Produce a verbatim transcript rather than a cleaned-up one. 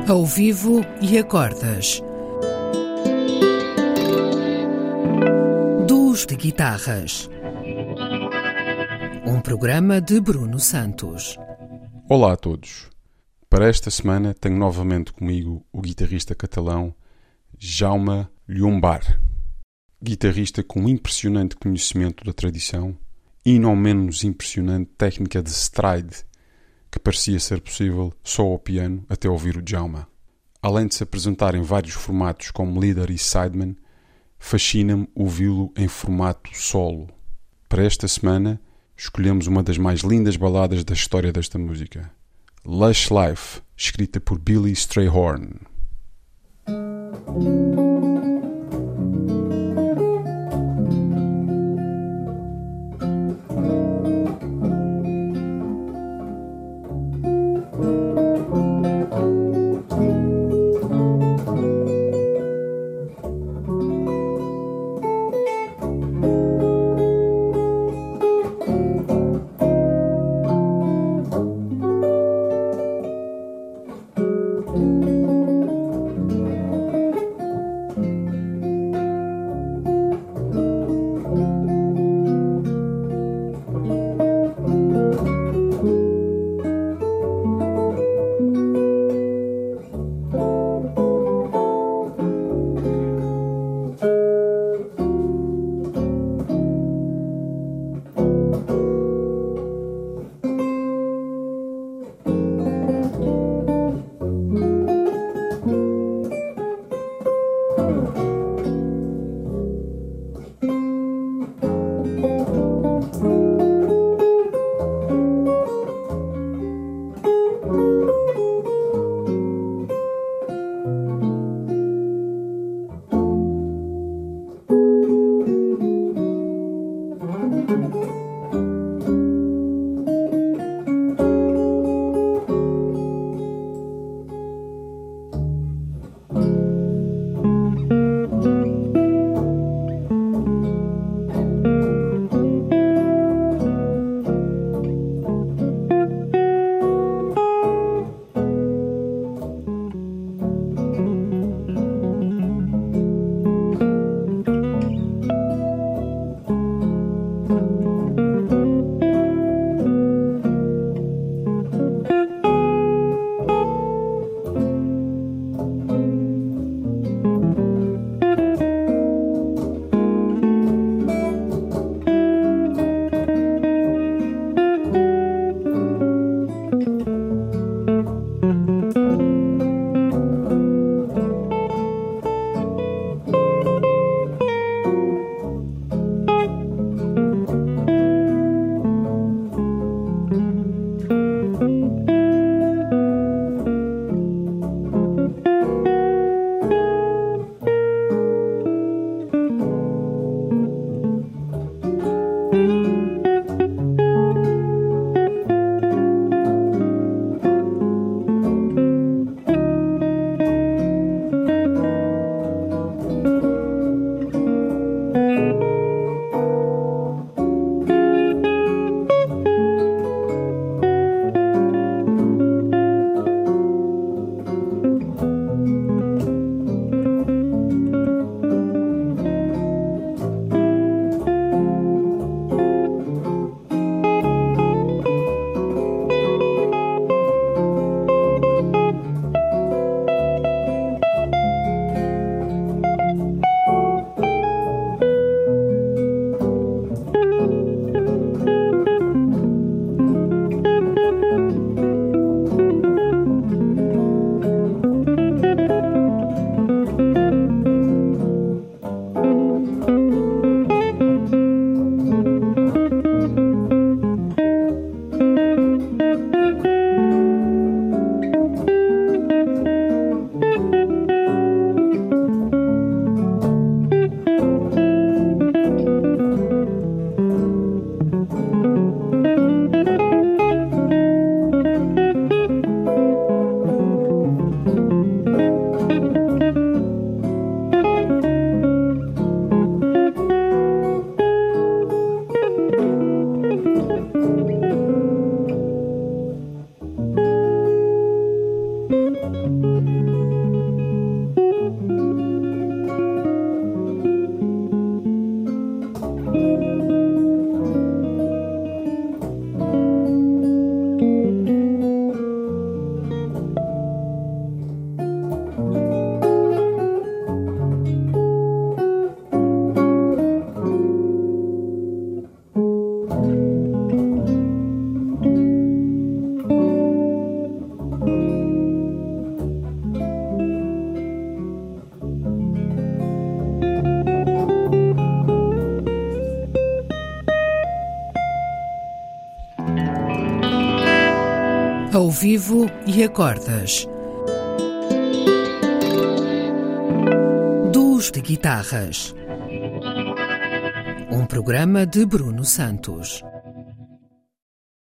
Ao vivo e a cordas. Duos de guitarras. Um programa de Bruno Santos. Olá a todos. Para esta semana tenho novamente comigo o guitarrista catalão Jaume Llombart. Guitarrista com um impressionante conhecimento da tradição e não menos impressionante técnica de stride, que parecia ser possível só ao piano até ouvir o Jaume. Além de se apresentar em vários formatos como líder e sideman, fascina-me ouvi-lo em formato solo. Para esta semana, escolhemos uma das mais lindas baladas da história desta música, Lush Life, escrita por Billy Strayhorn. Ao vivo e a cordas. Duos de guitarras. Um programa de Bruno Santos.